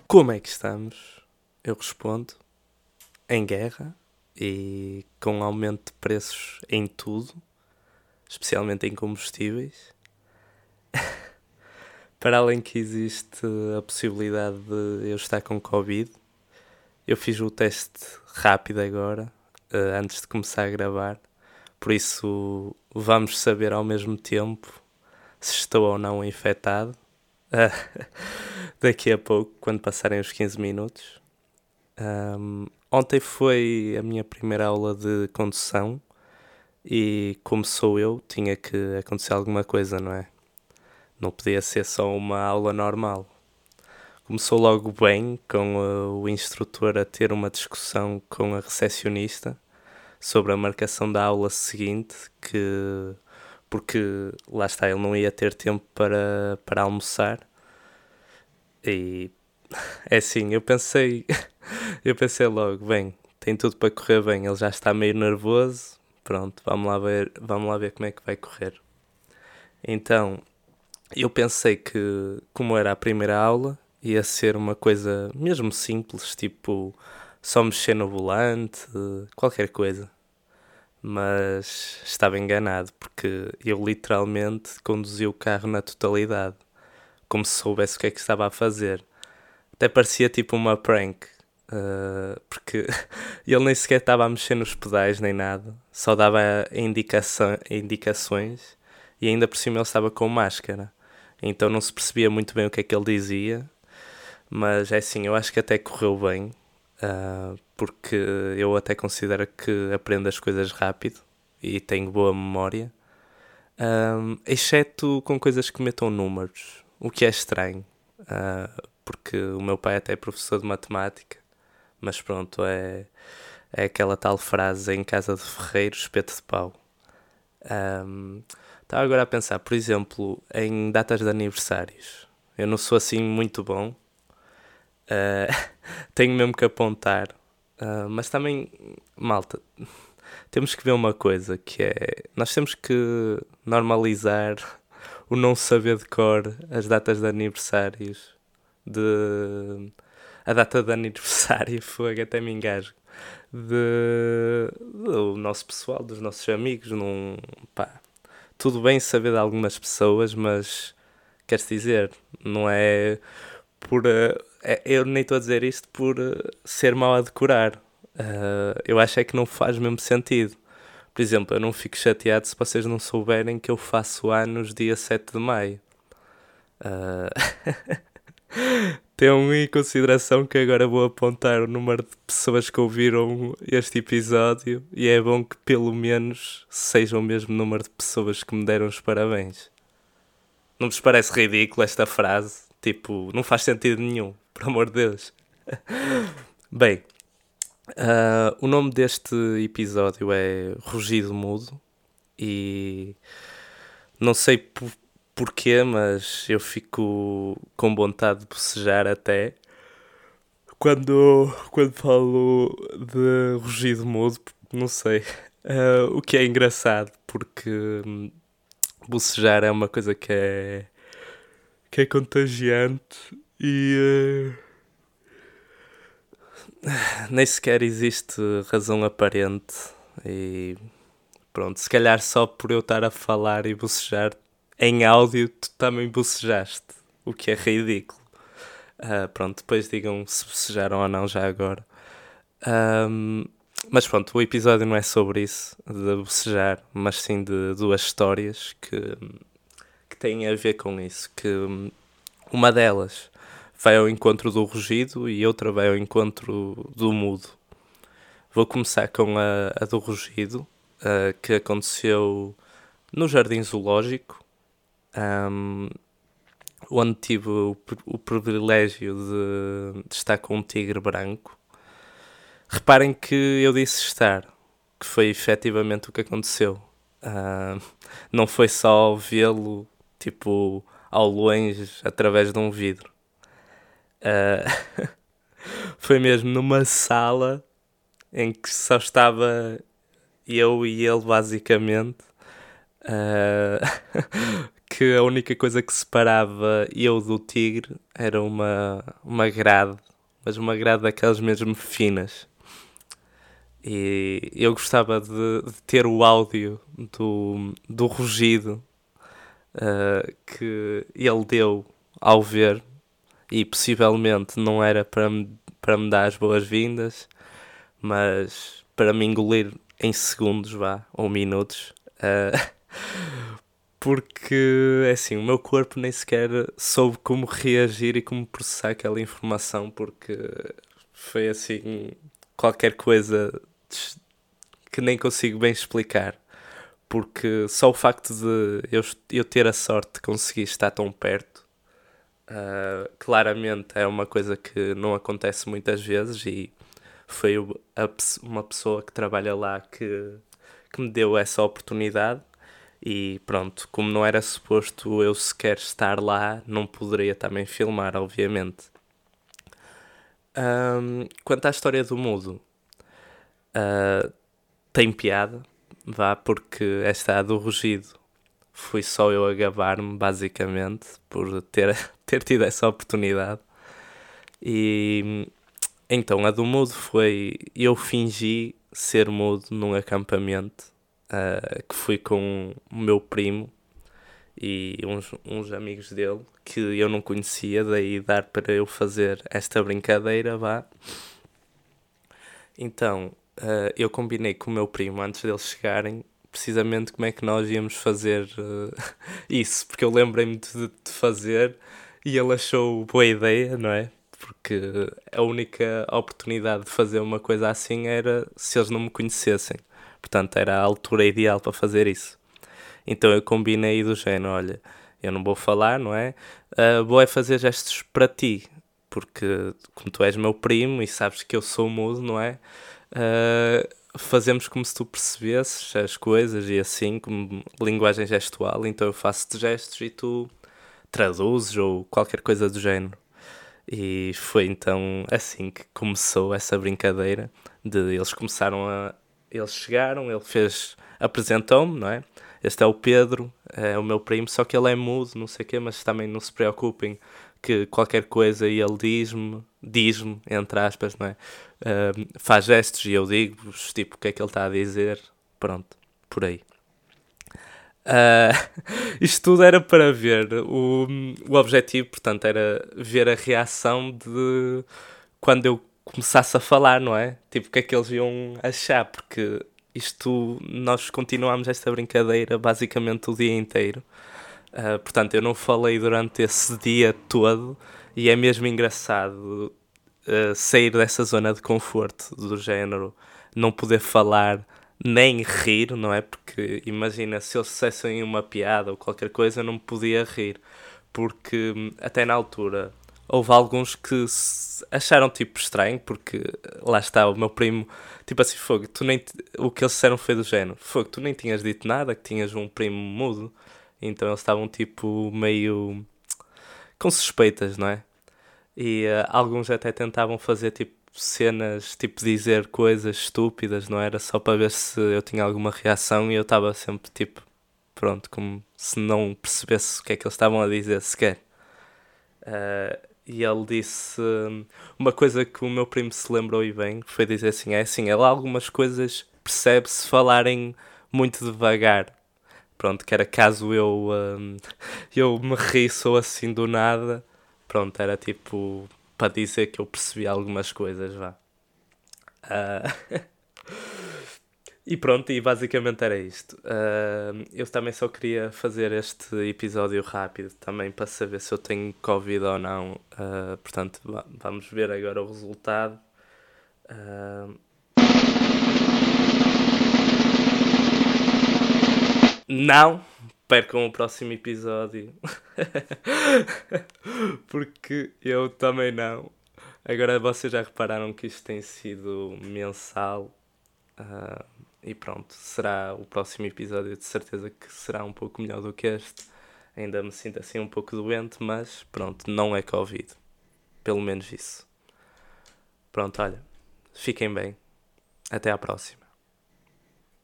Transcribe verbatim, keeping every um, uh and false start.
Como é que estamos? Eu respondo, em guerra e com aumento de preços em tudo, especialmente em combustíveis. Para além que existe a possibilidade de eu estar com Covid, eu fiz o teste rápido agora, eh, antes de começar a gravar, por isso vamos saber ao mesmo tempo se estou ou não infectado. Daqui a pouco, quando passarem os quinze minutos. Um, ontem foi a minha primeira aula de condução e, como sou eu, tinha que acontecer alguma coisa, não é? Não podia ser só uma aula normal. Começou logo bem, com uh, o instrutor a ter uma discussão com a recepcionista sobre a marcação da aula seguinte, que porque lá está, ele não ia ter tempo para, para almoçar. E é assim, eu pensei, eu pensei logo, bem, tem tudo para correr bem, ele já está meio nervoso, pronto, vamos lá ver, vamos lá ver como é que vai correr. Então, eu pensei que, como era a primeira aula, ia ser uma coisa mesmo simples, tipo só mexer no volante, qualquer coisa. Mas estava enganado, porque eu literalmente conduzi o carro na totalidade, como se soubesse o que é que estava a fazer. Até parecia tipo uma prank, uh, porque ele nem sequer estava a mexer nos pedais nem nada, só dava indicação, indicações e ainda por cima ele estava com máscara, então não se percebia muito bem o que é que ele dizia, mas é assim, eu acho que até correu bem, uh, porque eu até considero que aprendo as coisas rápido e tenho boa memória, um, exceto com coisas que metam números, o que é estranho. Uh, porque o meu pai até é professor de matemática, mas pronto, é, é aquela tal frase: em casa de ferreiro, espeto de pau. Um, estava agora a pensar, por exemplo, em datas de aniversários. Eu não sou assim muito bom, uh, tenho mesmo que apontar, uh, mas também, malta, temos que ver uma coisa, que é, nós temos que normalizar o não saber de cor as datas de aniversários de a data de aniversário, foi até me engasgo, de, do nosso pessoal, dos nossos amigos. Num, pá, tudo bem saber de algumas pessoas, mas queres dizer, não é por uh, é, eu nem estou a dizer isto por uh, ser mau a decorar. Uh, eu acho é que não faz mesmo sentido. Por exemplo, eu não fico chateado se vocês não souberem que eu faço anos dia sete de maio. Uh, Tenham em consideração que agora vou apontar o número de pessoas que ouviram este episódio e é bom que pelo menos seja o mesmo número de pessoas que me deram os parabéns. Não vos parece ridículo esta frase? Tipo, não faz sentido nenhum, por amor de Deus. Bem, uh, o nome deste episódio é Rugido Mudo e não sei por porquê, mas eu fico com vontade de bocejar até quando, quando falo de rugido mudo, não sei. Uh, o que é engraçado, porque hum, bocejar é uma coisa que é, que é contagiante e uh, nem sequer existe razão aparente. E pronto, se calhar só por eu estar a falar e bocejar em áudio, tu também bocejaste, o que é ridículo. Uh, pronto, depois digam se bocejaram ou não já agora. Um, mas pronto, o episódio não é sobre isso, de bocejar, mas sim de duas histórias que, que têm a ver com isso. Que uma delas vai ao encontro do rugido e outra vai ao encontro do mudo. Vou começar com a, a do rugido, uh, que aconteceu no Jardim Zoológico, um, onde tive o, o privilégio de, de estar com um tigre branco. Reparem que eu disse estar, que foi efetivamente o que aconteceu. Uh, não foi só vê-lo, tipo, ao longe, através de um vidro. Uh, foi mesmo numa sala em que só estava eu e ele, basicamente. Uh, que a única coisa que separava eu do tigre era uma, uma grade, mas uma grade daquelas mesmo finas. E eu gostava de, de ter o áudio do, do rugido uh, que ele deu ao ver, e possivelmente não era para me, para me dar as boas-vindas, mas para me engolir em segundos, vá, ou minutos. Uh, porque, é assim, o meu corpo nem sequer soube como reagir e como processar aquela informação, porque foi, assim, qualquer coisa que nem consigo bem explicar. Porque só o facto de eu, eu ter a sorte de conseguir estar tão perto, uh, claramente é uma coisa que não acontece muitas vezes, e foi a, uma pessoa que trabalha lá que, que me deu essa oportunidade. E pronto, como não era suposto eu sequer estar lá, não poderia também filmar, obviamente. Um, quanto à história do mudo, uh, tem piada, vá, porque esta do rugido fui só eu a gabar-me, basicamente, por ter, ter tido essa oportunidade. E então a do mudo foi, eu fingi ser mudo num acampamento, uh, que fui com o meu primo e uns, uns amigos dele que eu não conhecia, daí dar para eu fazer esta brincadeira, vá. Então, uh, eu combinei com o meu primo, antes deles chegarem, precisamente como é que nós íamos fazer uh, isso, porque eu lembrei-me de, de fazer e ele achou boa ideia, não é? Porque a única oportunidade de fazer uma coisa assim era se eles não me conhecessem. Portanto, era a altura ideal para fazer isso. Então eu combinei do género, olha, eu não vou falar, não é? Uh, vou é fazer gestos para ti, porque como tu és meu primo e sabes que eu sou mudo, não é? Uh, fazemos como se tu percebesses as coisas e assim, como linguagem gestual, então eu faço-te gestos e tu traduzes ou qualquer coisa do género. E foi então assim que começou essa brincadeira, de eles começaram a... Eles chegaram, ele fez... apresentou-me, não é? Este é o Pedro, é o meu primo, só que ele é mudo, não sei o quê, mas também não se preocupem que qualquer coisa ele diz-me, diz-me, entre aspas, não é? Uh, faz gestos e eu digo-vos, tipo, o que é que ele está a dizer, pronto, por aí. Uh, isto tudo era para ver o, o objetivo, portanto, era ver a reação de quando eu começasse a falar, não é? Tipo, o que é que eles iam achar, porque isto, nós continuámos esta brincadeira basicamente o dia inteiro. Uh, portanto, eu não falei durante esse dia todo e é mesmo engraçado uh, sair dessa zona de conforto, do género não poder falar nem rir, não é? Porque imagina, se eles dissessem uma piada ou qualquer coisa, eu não podia rir, porque até na altura houve alguns que acharam tipo estranho, porque lá está o meu primo, tipo assim, fogo, tu nem, o que eles disseram foi do género, fogo, tu nem tinhas dito nada, que tinhas um primo mudo, então eles estavam tipo meio com suspeitas, não é? E uh, alguns até tentavam fazer tipo cenas, tipo dizer coisas estúpidas, não era? Só para ver se eu tinha alguma reação, e eu estava sempre tipo, pronto, como se não percebesse o que é que eles estavam a dizer sequer. Uh, e ele disse um, uma coisa que o meu primo se lembrou e bem, foi dizer assim, é assim, ele algumas coisas percebe-se falarem muito devagar. Pronto, que era caso eu, um, eu me risse ou assim do nada, pronto, era tipo para dizer que eu percebi algumas coisas, vá. Uh, e pronto, e basicamente era isto. Uh, eu também só queria fazer este episódio rápido também para saber se eu tenho Covid ou não. Uh, portanto, vamos ver agora o resultado. Uh, não! Percam o próximo episódio. Porque eu também não. Agora vocês já repararam que isto tem sido mensal. Uh, e pronto, será o próximo episódio, de certeza que será um pouco melhor do que este. Ainda me sinto assim um pouco doente, mas pronto, não é Covid. Pelo menos isso. Pronto, olha, fiquem bem. Até à próxima.